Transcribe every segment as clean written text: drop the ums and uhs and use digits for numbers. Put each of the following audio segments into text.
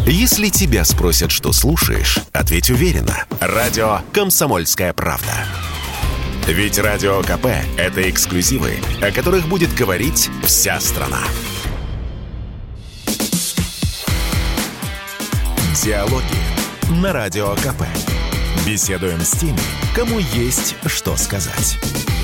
Если тебя спросят, что слушаешь, ответь уверенно. Радио «Комсомольская правда». Ведь Радио КП – это эксклюзивы, о которых будет говорить вся страна. Диалоги на Радио КП. Беседуем с теми, кому есть что сказать.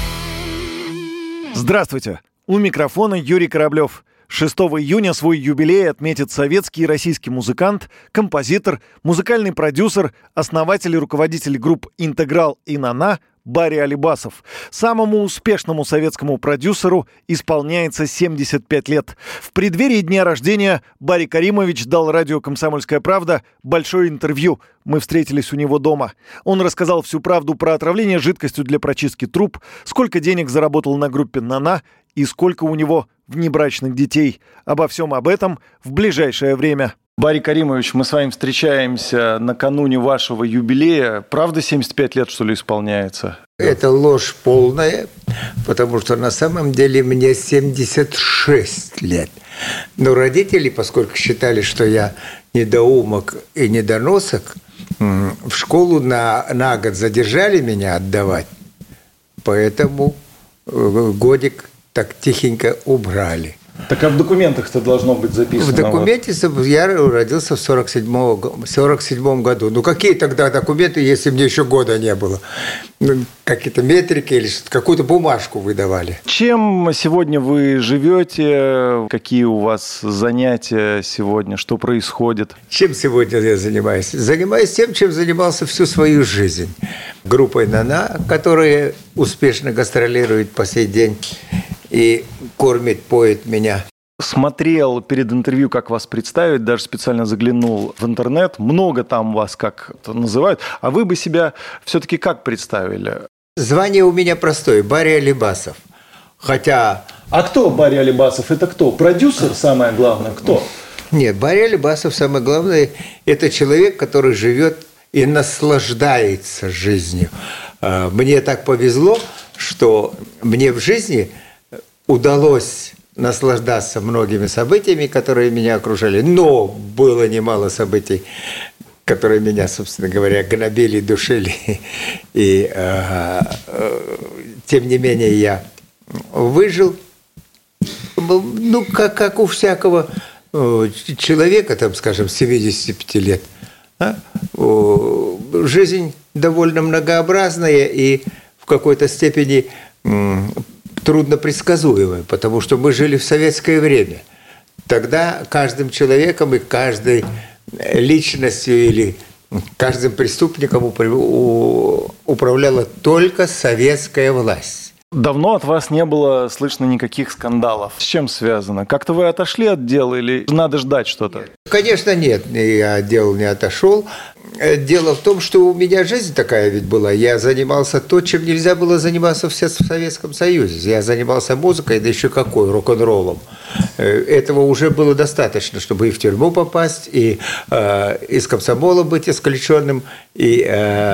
Здравствуйте! У микрофона Юрий Кораблев. 6 июня свой юбилей отметит советский и российский музыкант, композитор, музыкальный продюсер, основатель и руководитель групп «Интеграл» и «Нана» Барри Алибасов. Самому успешному советскому продюсеру исполняется 75 лет. В преддверии дня рождения Барри Каримович дал радио «Комсомольская правда» большое интервью. Мы встретились у него дома. Он рассказал всю правду про отравление жидкостью для прочистки труб, сколько денег заработал на группе «Нана» и сколько у него внебрачных детей. Обо всем об этом в ближайшее время. Барри Каримович, мы с вами встречаемся накануне вашего юбилея. Правда, 75 лет, что ли, исполняется? Это ложь полная, потому что на самом деле мне 76 лет. Но родители, поскольку считали, что я недоумок и недоносок, в школу на год задержали меня отдавать, поэтому годик так тихенько убрали. Так а в документах-то должно быть записано? В документе я родился в 47 году. Ну, какие тогда документы, если мне еще года не было? Какие-то метрики или какую-то бумажку выдавали. Чем сегодня вы живете? Какие у вас занятия сегодня? Что происходит? Чем сегодня я занимаюсь? Занимаюсь тем, чем занимался всю свою жизнь. Группой «Нана», которая успешно гастролирует по сей день и кормит, поет меня. Смотрел перед интервью, как вас представить, даже специально заглянул в интернет. Много там вас как-то называют. А вы бы себя все-таки как представили? Звание у меня простое – Барри Алибасов. Хотя… А кто Барри Алибасов? Это кто? Продюсер, самое главное, кто? Нет, Барри Алибасов, самое главное, это человек, который живет и наслаждается жизнью. Мне так повезло, что мне в жизни удалось наслаждаться многими событиями, которые меня окружали. Но было немало событий, которые меня, собственно говоря, гнобили, душили. И тем не менее я выжил. Ну, как у всякого человека, там, скажем, 75 лет. Жизнь довольно многообразная и в какой-то степени трудно предсказуемая, потому что мы жили в советское время. Тогда каждым человеком и каждой личностью или каждым преступником управляла только советская власть. Давно от вас не было слышно никаких скандалов. С чем связано? Как-то вы отошли от дела или надо ждать что-то? Конечно, нет, я от дела не отошел. Дело в том, что у меня жизнь такая ведь была. Я занимался то, чем нельзя было заниматься в Советском Союзе. Я занимался музыкой, да еще какой, рок-н-роллом. Этого уже было достаточно, чтобы и в тюрьму попасть, и из комсомола быть исключенным, и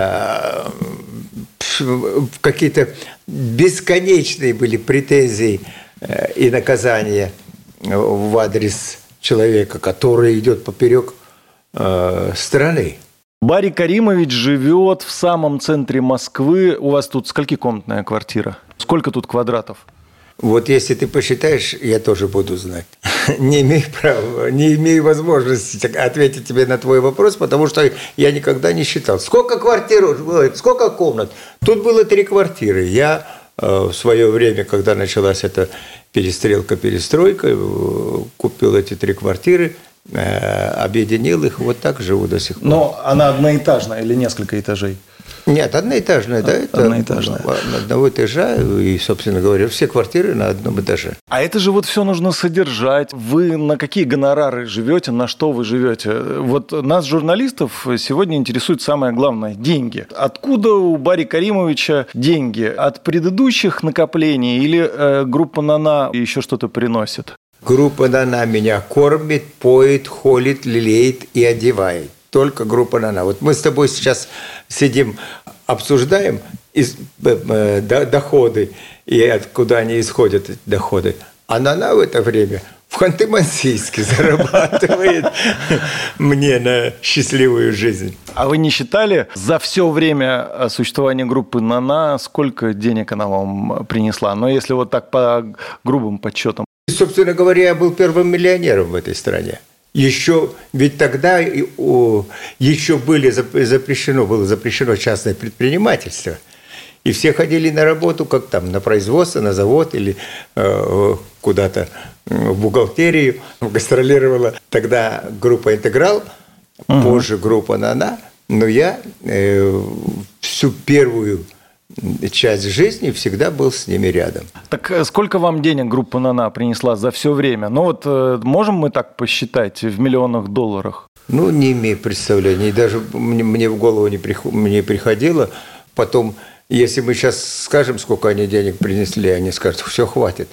какие-то бесконечные были претензии и наказания в адрес человека, который идет поперек страны. Барри Каримович живет в самом центре Москвы. У вас тут сколькикомнатная квартира? Сколько тут квадратов? Вот если ты посчитаешь, я тоже буду знать. Не имею права, не имею возможности ответить тебе на твой вопрос, потому что я никогда не считал. Сколько квартир, сколько комнат? Тут было 3 квартиры. Я в свое время, когда началась эта перестройка, купил эти 3 квартиры, объединил их, вот так живу до сих пор. Но она одноэтажная или несколько этажей? Нет, одноэтажная, да, это одноэтажная. Одного этажа, и, собственно говоря, все квартиры на одном этаже. А это же вот все нужно содержать. Вы на какие гонорары живете, на что вы живете? Вот нас, журналистов, сегодня интересует самое главное – деньги. Откуда у Барри Каримовича деньги? От предыдущих накоплений или группа «Нана» еще что-то приносит? Группа «Нана» меня кормит, поет, холит, лелеет и одевает. Только группа «Нана». Вот мы с тобой сейчас сидим, обсуждаем доходы и откуда они исходят, эти доходы. А «Нана» в это время в Ханты-Мансийске зарабатывает мне на счастливую жизнь. А вы не считали за все время существования группы «Нана», сколько денег она вам принесла? Но если вот так по грубым подсчетам. Собственно говоря, я был первым миллионером в этой стране. Еще, ведь тогда еще было запрещено частное предпринимательство. И все ходили на работу, как там, на производство, на завод или куда-то в бухгалтерию. Гастролировала тогда группа «Интеграл», позже группа «Нана». Но я всю первую часть жизни всегда был с ними рядом. Так сколько вам денег группа «Нана» принесла за все время? Ну вот можем мы так посчитать в миллионах долларов? Ну, не имею представления. И даже мне в голову не приходило. Потом, если мы сейчас скажем, сколько они денег принесли, они скажут, все, хватит.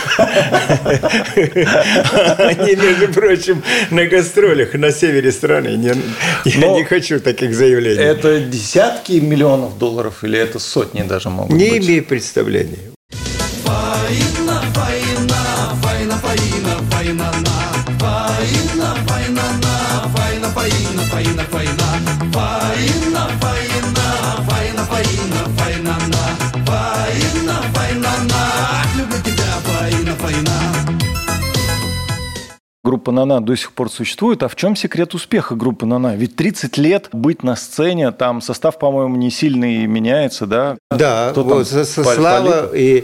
Они, между прочим, на гастролях на севере страны. Я не хочу таких заявлений. Это десятки миллионов долларов или это сотни даже могут быть? Не имею представления. Группа «Нана» до сих пор существует. А в чем секрет успеха группы «Нана»? Ведь 30 лет быть на сцене, там состав, по-моему, не сильно и меняется, да? Да, вот Слава и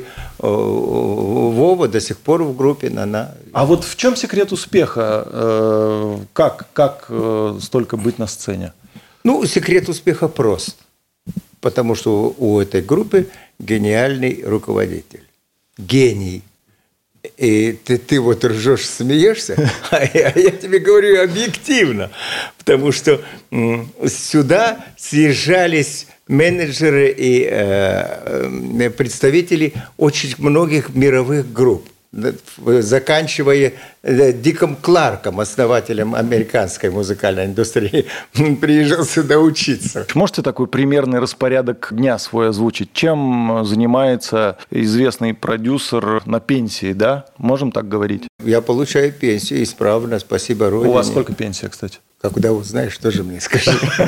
Вова до сих пор в группе «Нана». А вот в чем секрет успеха? Как столько быть на сцене? Ну, секрет успеха прост. Потому что у этой группы гениальный руководитель. Гений. И ты вот ржешь, смеешься, а я тебе говорю объективно, потому что сюда съезжались менеджеры и представители очень многих мировых групп, заканчивая Диком Кларком, основателем американской музыкальной индустрии. Он приезжал сюда учиться. Можете такой примерный распорядок дня свой озвучить? Чем занимается известный продюсер на пенсии, да? Можем так говорить? Я получаю пенсию исправно, спасибо Родине. У вас сколько пенсия, кстати? Когда узнаешь, тоже мне скажи.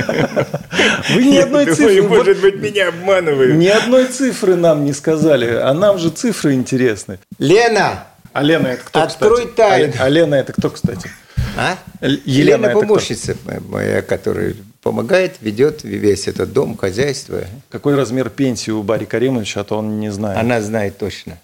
Вы ни одной цифры... Может быть, меня обманывают. Ни одной цифры нам не сказали, а нам же цифры интересны. Лена! А Лена это кто, открой кстати? тайну. А Лена это кто, кстати? А? Елена помощница моя, которая помогает, ведет весь этот дом, хозяйство. Какой размер пенсии у Барри Каримовича, а то он не знает. Она знает точно.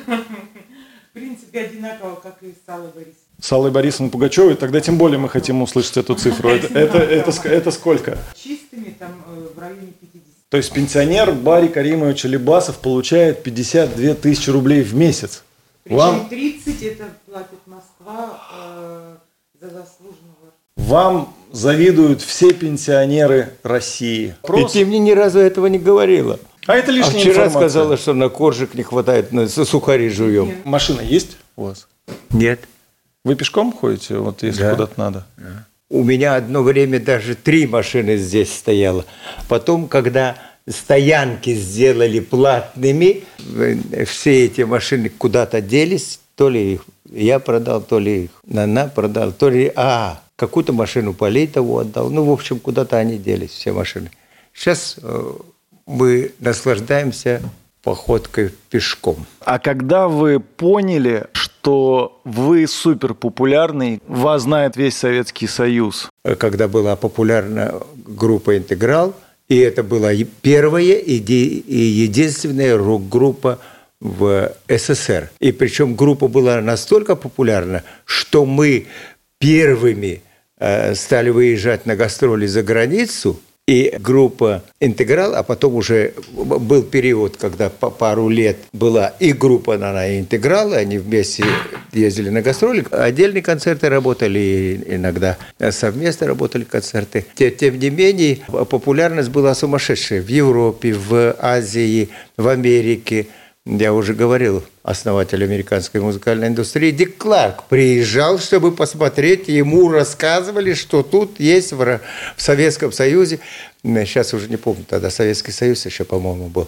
В принципе, одинаково, как и с Аллой Борисовной. С Аллой Борисовной Пугачевой, тогда тем более мы хотим услышать эту цифру. Это сколько? Чистыми там в районе 50. То есть пенсионер Барри Каримович Алибасов получает 52 тысячи рублей в месяц. Причем 30 это платит Москва за заслуженного. Вам завидуют все пенсионеры России. И ты мне ни разу этого не говорила. А это лишняя вчера информация. Сказала, что на коржик не хватает, на сухари жуем. Нет. Машина есть у вас? Нет. Вы пешком ходите, вот если куда-то надо? Да. У меня одно время даже 3 машины здесь стояло. Потом, когда стоянки сделали платными, все эти машины куда-то делись, то ли их я продал, то ли их Нана продал, то ли какую-то машину Политову отдал. Ну, в общем, куда-то они делись, все машины. Сейчас мы наслаждаемся походкой пешком. А когда вы поняли, что вы суперпопулярный, вас знает весь Советский Союз? Когда была популярна группа «Интеграл», и это была первая и единственная рок-группа в СССР. И причем группа была настолько популярна, что мы первыми стали выезжать на гастроли за границу, и группа «Интеграл», а потом уже был период, когда пару лет была и группа «Нана», и «Интеграл», и они вместе ездили на гастроли. Отдельные концерты работали, иногда совместно работали концерты. Тем не менее, популярность была сумасшедшая в Европе, в Азии, в Америке. Я уже говорил, основатель американской музыкальной индустрии Дик Кларк приезжал, чтобы посмотреть, ему рассказывали, что тут есть в Советском Союзе, сейчас уже не помню, тогда Советский Союз еще, по-моему, был,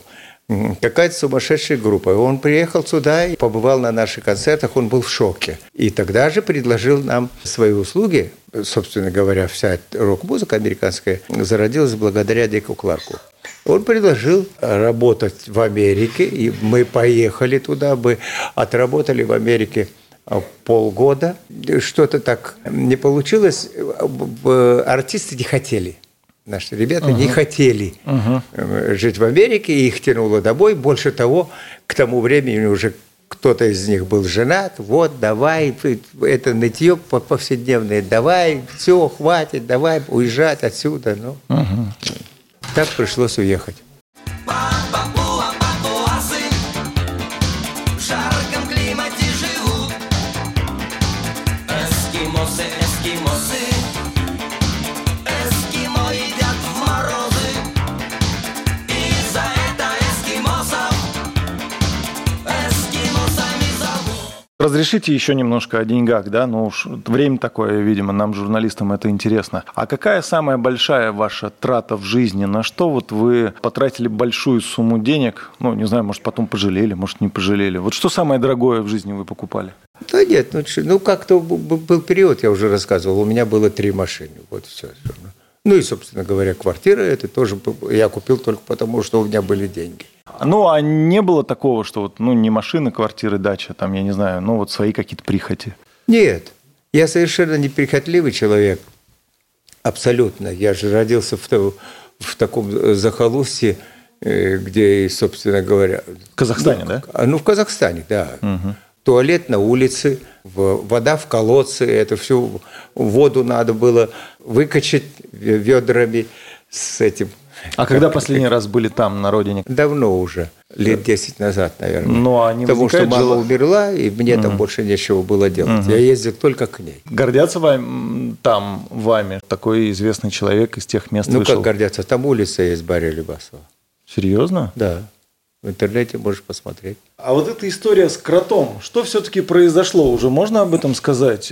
какая-то сумасшедшая группа. Он приехал сюда и побывал на наших концертах, он был в шоке. И тогда же предложил нам свои услуги. Собственно говоря, вся рок-музыка американская зародилась благодаря Дику Кларку. Он предложил работать в Америке, и мы поехали туда, мы отработали в Америке полгода. Что-то так не получилось, артисты не хотели. Наши ребята не хотели жить в Америке, и их тянуло домой. Больше того, к тому времени уже кто-то из них был женат. Вот, давай, это нытье повседневное, давай, все, хватит, давай уезжать отсюда. Ну, так пришлось уехать. Разрешите еще немножко о деньгах, да? Ну уж время такое, видимо, нам, журналистам, это интересно. А какая самая большая ваша трата в жизни? На что вот вы потратили большую сумму денег? Ну, не знаю, может, потом пожалели, может, не пожалели. Вот что самое дорогое в жизни вы покупали? Да нет, ну как-то был период, я уже рассказывал, у меня было 3 машины, вот все. Ну и, собственно говоря, квартира это тоже я купил только потому, что у меня были деньги. Ну, а не было такого, что вот, ну, не машина, квартира, дача, там, я не знаю, ну, вот свои какие-то прихоти? Нет, я совершенно неприхотливый человек, абсолютно. Я же родился в таком захолустье, где, собственно говоря... В Казахстане, да? Ну, в Казахстане, да. Угу. Туалет на улице, вода в колодце, это всю воду надо было выкачать ведрами с этим. А когда последний раз были там, на родине? Давно уже, лет 10 назад, наверное. Ну, а не потому что мама желание... умерла, и мне там больше нечего было делать. Я ездил только к ней. Гордятся вами, такой известный человек из тех мест вышел? Ну, как гордятся? Там улица есть, Барри Лебасова. Серьезно? Да. В интернете можешь посмотреть. А вот эта история с кротом, что все-таки произошло? Уже можно об этом сказать?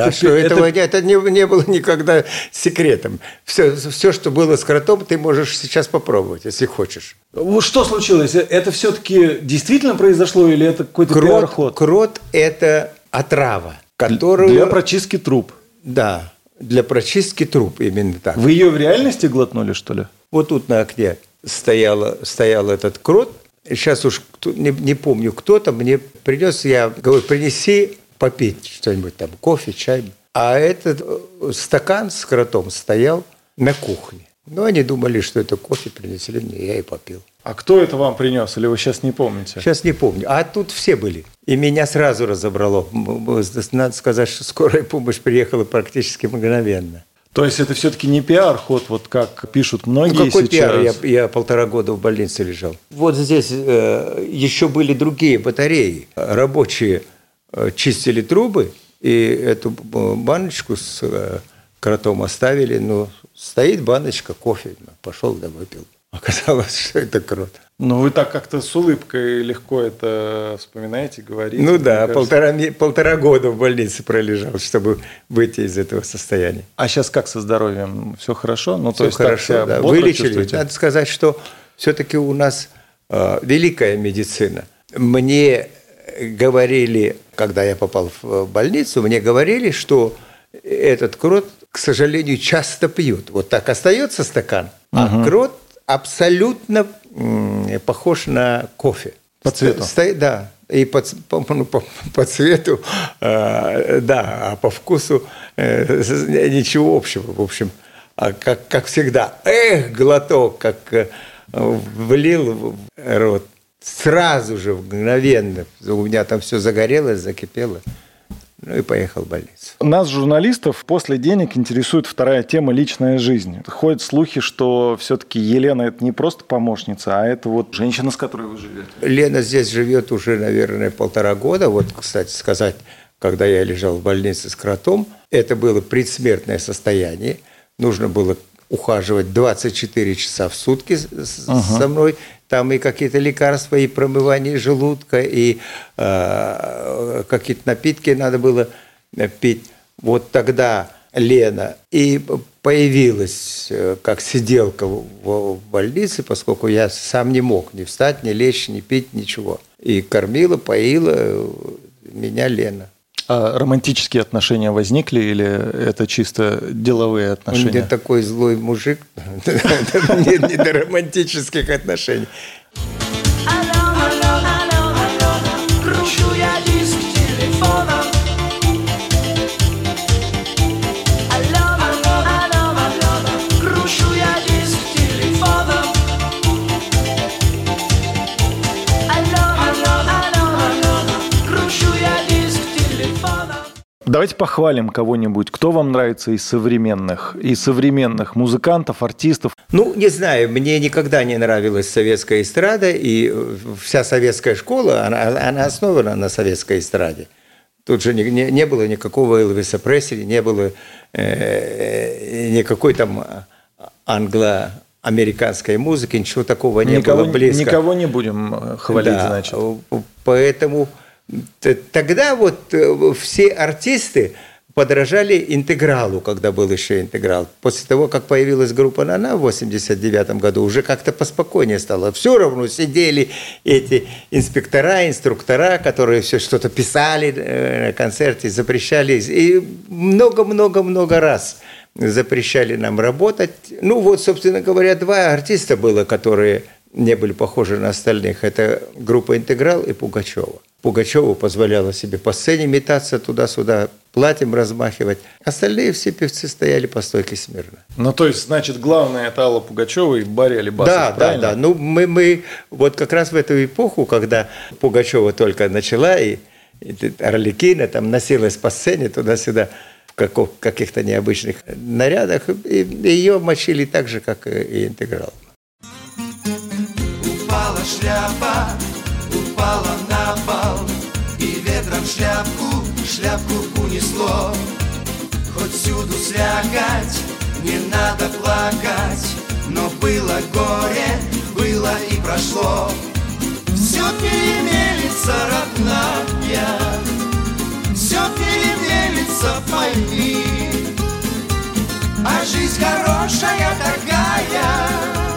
Это не было никогда секретом. Все, что было с кротом, ты можешь сейчас попробовать, если хочешь. Что случилось? Это все-таки действительно произошло или это какой-то пиар-ход? Крот – это отрава, которую... Для прочистки труб. Да, для прочистки труб, именно так. Вы ее в реальности глотнули, что ли? Вот тут на окне стоял этот крот. Сейчас уж не помню, кто-то мне принес, я говорю, принеси попить что-нибудь там, кофе, чай. А этот стакан с кротом стоял на кухне. Ну, они думали, что это кофе принесли мне, я и попил. А кто это вам принес, или вы сейчас не помните? Сейчас не помню. А тут все были. И меня сразу разобрало. Надо сказать, что скорая помощь приехала практически мгновенно. То есть это все-таки не пиар-ход, вот как пишут многие сейчас? Ну, какой пиар? Я 1,5 года в больнице лежал. Вот здесь еще были другие батареи. Рабочие чистили трубы, и эту баночку с кротом оставили. Ну, стоит баночка, кофе. Пошел домой, пил. Оказалось, что это крот. Ну, вы так как-то с улыбкой легко это вспоминаете, говорите. Ну да, 1,5 года в больнице пролежал, чтобы выйти из этого состояния. А сейчас как со здоровьем? Все хорошо? Ну, все есть хорошо, да. Вылечили. Чувствуете? Надо сказать, что все-таки у нас великая медицина. Мне говорили, когда я попал в больницу, мне говорили, что этот крот, к сожалению, часто пьют. Вот так остается стакан, а крот абсолютно похож на кофе. По цвету? Да, и по цвету, да, а по вкусу ничего общего. В общем, как всегда, глоток, как влил в рот, сразу же, мгновенно. У меня там все загорелось, закипело. Ну и поехал в больницу. Нас, журналистов, после денег интересует вторая тема – личная жизнь. Ходят слухи, что все-таки Елена – это не просто помощница, а это вот женщина, с которой вы живете. Лена здесь живет уже, наверное, 1,5 года. Вот, кстати сказать, когда я лежал в больнице с кротом, это было предсмертное состояние. Нужно было ухаживать 24 часа в сутки со мной. Там и какие-то лекарства, и промывание желудка, и какие-то напитки надо было пить. Вот тогда Лена и появилась как сиделка в больнице, поскольку я сам не мог ни встать, ни лечь, ни пить, ничего. И кормила, поила меня Лена. А романтические отношения возникли или это чисто деловые отношения? Он мне такой злой мужик, не до романтических отношений. Давайте похвалим кого-нибудь. Кто вам нравится из современных музыкантов, артистов? Ну, не знаю, мне никогда не нравилась советская эстрада, и вся советская школа, она основана на советской эстраде. Тут же не было никакого Элвиса Пресли, не было никакой там англо-американской музыки, ничего такого не было близко. Никого не будем хвалить, да, значит. Поэтому тогда вот все артисты подражали интегралу, когда был еще интеграл. После того, как появилась группа «На-на» в 1989 году, уже как-то поспокойнее стало. Все равно сидели эти инструктора, которые все что-то писали на концерте, запрещали. И много-много-много раз запрещали нам работать. Ну вот, собственно говоря, два артиста было, которые не были похожи на остальных. Это группа «Интеграл» и Пугачева. Пугачева позволяла себе по сцене метаться туда-сюда, платьем размахивать. Остальные все певцы стояли по стойке смирно. Ну, то есть, значит, главное – это Алла Пугачева и Барри Алибасов, правильно? Да. Ну, мы вот как раз в эту эпоху, когда Пугачева только начала, и Арлекино там носилась по сцене туда-сюда в каких-то необычных нарядах, и ее мочили так же, как и «Интеграл». Упала шляпа, упала на пол, и ветром шляпку унесло. Хоть всюду слякоть, не надо плакать, но было горе, было и прошло. Все перемелется, родная, все перемелется, пойми, а жизнь хорошая такая.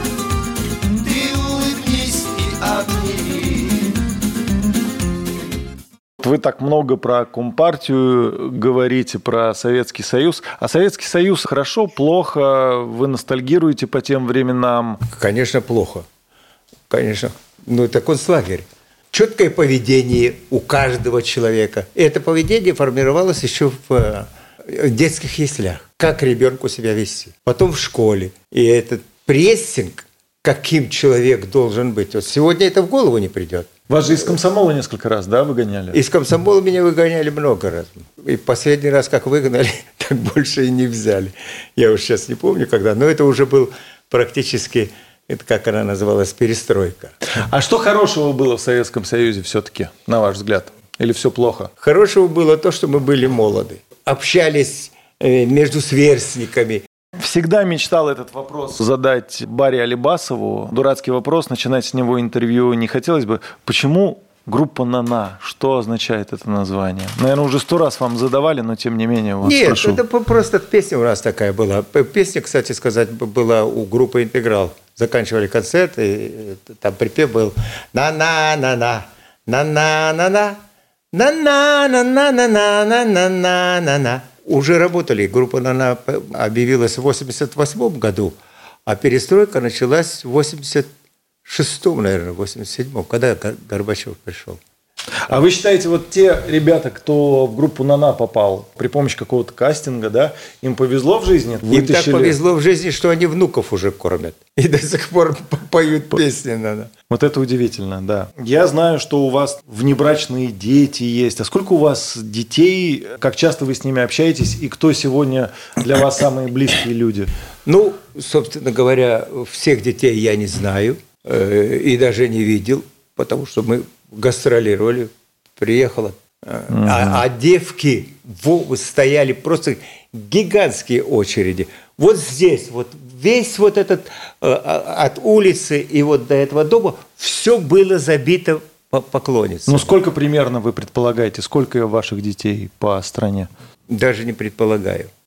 Вы так много про Компартию говорите, про Советский Союз. А Советский Союз хорошо, плохо? Вы ностальгируете по тем временам? Конечно, плохо. Конечно. Ну, это концлагерь. Четкое поведение у каждого человека. И это поведение формировалось еще в детских яслях. Как ребенку себя вести. Потом в школе. И этот прессинг, каким человек должен быть. Вот сегодня это в голову не придет. Вас же из комсомола несколько раз, да, выгоняли? Из комсомола меня выгоняли много раз. И последний раз, как выгнали, так больше и не взяли. Я уж сейчас не помню, когда, но это уже был практически, это как она называлась, перестройка. А что хорошего было в Советском Союзе все-таки, на ваш взгляд? Или все плохо? Хорошего было то, что мы были молоды. Общались между сверстниками. Всегда мечтал этот вопрос задать Барри Алибасову. Дурацкий вопрос, начинать с него интервью не хотелось бы. Почему группа «На-на»? Что означает это название? Наверное, уже 100 раз вам задавали, но тем не менее вас Нет, спрошу. это просто песня у нас такая была. Песня, кстати сказать, была у группы «Интеграл». Заканчивали концерт, и там припев был «На-на-на-на, на-на-на-на, на-на-на-на-на-на-на-на-на». Уже работали. Группа «На-на» объявилась в 1988 году, а перестройка началась в 1986, наверное, 1987, когда Горбачев пришел. А вы считаете, вот те ребята, кто в группу «На-на» попал при помощи какого-то кастинга, да, им повезло в жизни? Им так повезло в жизни, что они внуков уже кормят. И до сих пор поют песни «На-на». Вот это удивительно, да. Я знаю, что у вас внебрачные дети есть. А сколько у вас детей? Как часто вы с ними общаетесь? И кто сегодня для вас самые близкие люди? Ну, собственно говоря, всех детей я не знаю и даже не видел, потому что мы гастролировали, приехала. А девки стояли просто гигантские очереди. Вот здесь, вот весь вот этот от улицы и вот до этого дома все было забито поклонницами. Ну, сколько примерно вы предполагаете, сколько ваших детей по стране? Даже не предполагаю.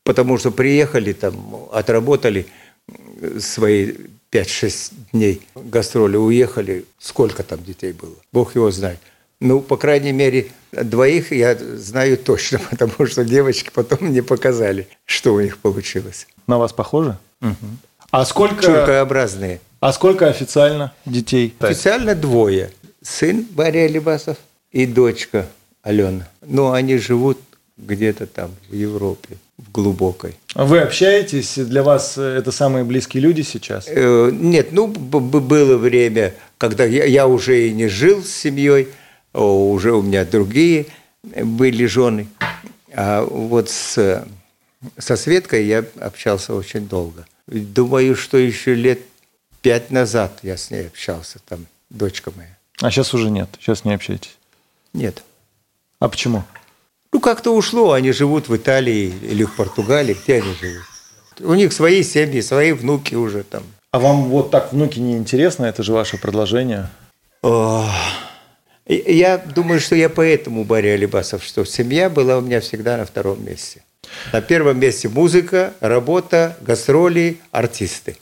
Потому что приехали, там, отработали свои 5-6 дней гастроли, уехали. Сколько там детей было? Бог его знает. Ну, по крайней мере, 2 я знаю точно, потому что девочки потом мне показали, что у них получилось. На вас похоже? Угу. А сколько... Чуркообразные. А сколько официально детей? Официально 2. Сын Боря Алибасов и дочка Алена. Но они живут где-то там в Европе, в глубокой. А вы общаетесь? Для вас это самые близкие люди сейчас? Нет, ну, было время, когда я уже и не жил с семьей, уже у меня другие были жены. А вот со Светкой я общался очень долго. Думаю, что еще лет 5 назад я с ней общался, там, дочка моя. А сейчас уже нет? Сейчас не общаетесь? Нет. А почему? Ну, как-то ушло. Они живут в Италии или в Португалии. Где они живут? У них свои семьи, свои внуки уже там. А вам вот так внуки не интересно? Это же ваше продолжение. Я думаю, что я поэтому Боря Алибасов, что семья была у меня всегда на 2-м месте. На 1-м месте музыка, работа, гастроли, артисты.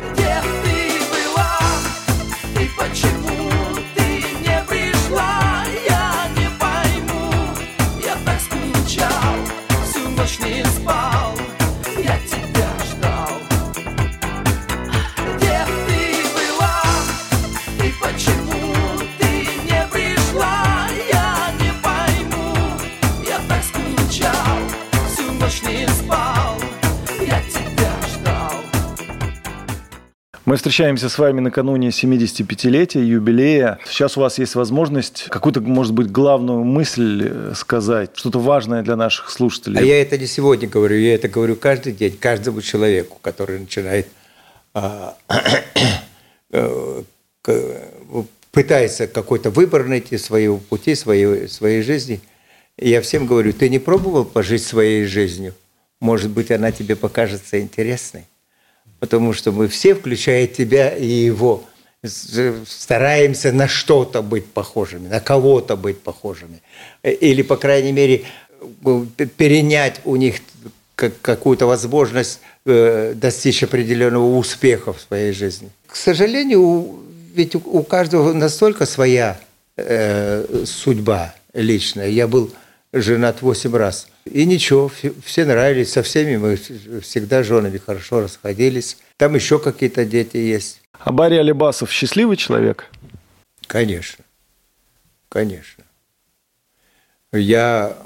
Мы встречаемся с вами накануне 75-летия, юбилея. Сейчас у вас есть возможность какую-то, может быть, главную мысль сказать, что-то важное для наших слушателей. А я это не сегодня говорю, я это говорю каждый день, каждому человеку, который начинает, пытается какой-то выбор найти своего пути, своей жизни. И я всем говорю, ты не пробовал пожить своей жизнью? Может быть, она тебе покажется интересной? Потому что мы все, включая тебя и его, стараемся на что-то быть похожими, на кого-то быть похожими. Или, по крайней мере, перенять у них какую-то возможность достичь определенного успеха в своей жизни. К сожалению, ведь у каждого настолько своя судьба личная. Я был женат 8 раз. И ничего, все нравились, со всеми мы всегда с женами хорошо расходились. Там еще какие-то дети есть. А Боря Алибасов счастливый человек? Конечно. Конечно. Я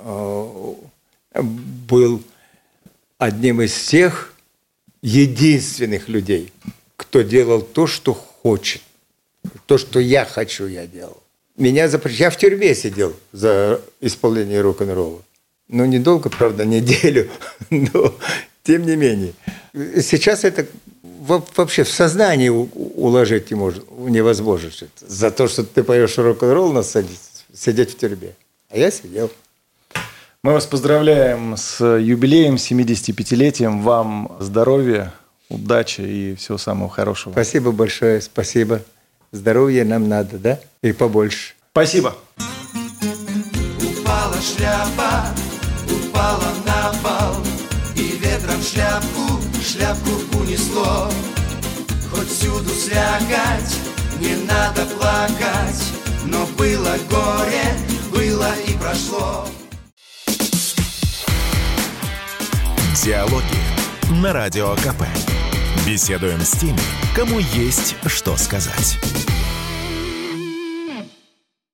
был одним из тех единственных людей, кто делал то, что хочет. То, что я хочу, я делал. Меня запрещали. Я в тюрьме сидел за исполнение рок-н-ролла. Ну, недолго, правда, неделю, но тем не менее. Сейчас это вообще в сознании уложить невозможно. За то, что ты поешь рок-н-ролл, надо сидеть в тюрьме. А я сидел. Мы вас поздравляем с юбилеем, 75-летием. Вам здоровья, удачи и всего самого хорошего. Спасибо большое, спасибо. Здоровья нам надо, да? И побольше. Спасибо. Упала шляпа, упала на пол, и ветром шляпку унесло. Хоть всюду слякоть, не надо плакать, но было горе, было и прошло. Диалоги на Радио КП. Беседуем с теми, кому есть что сказать.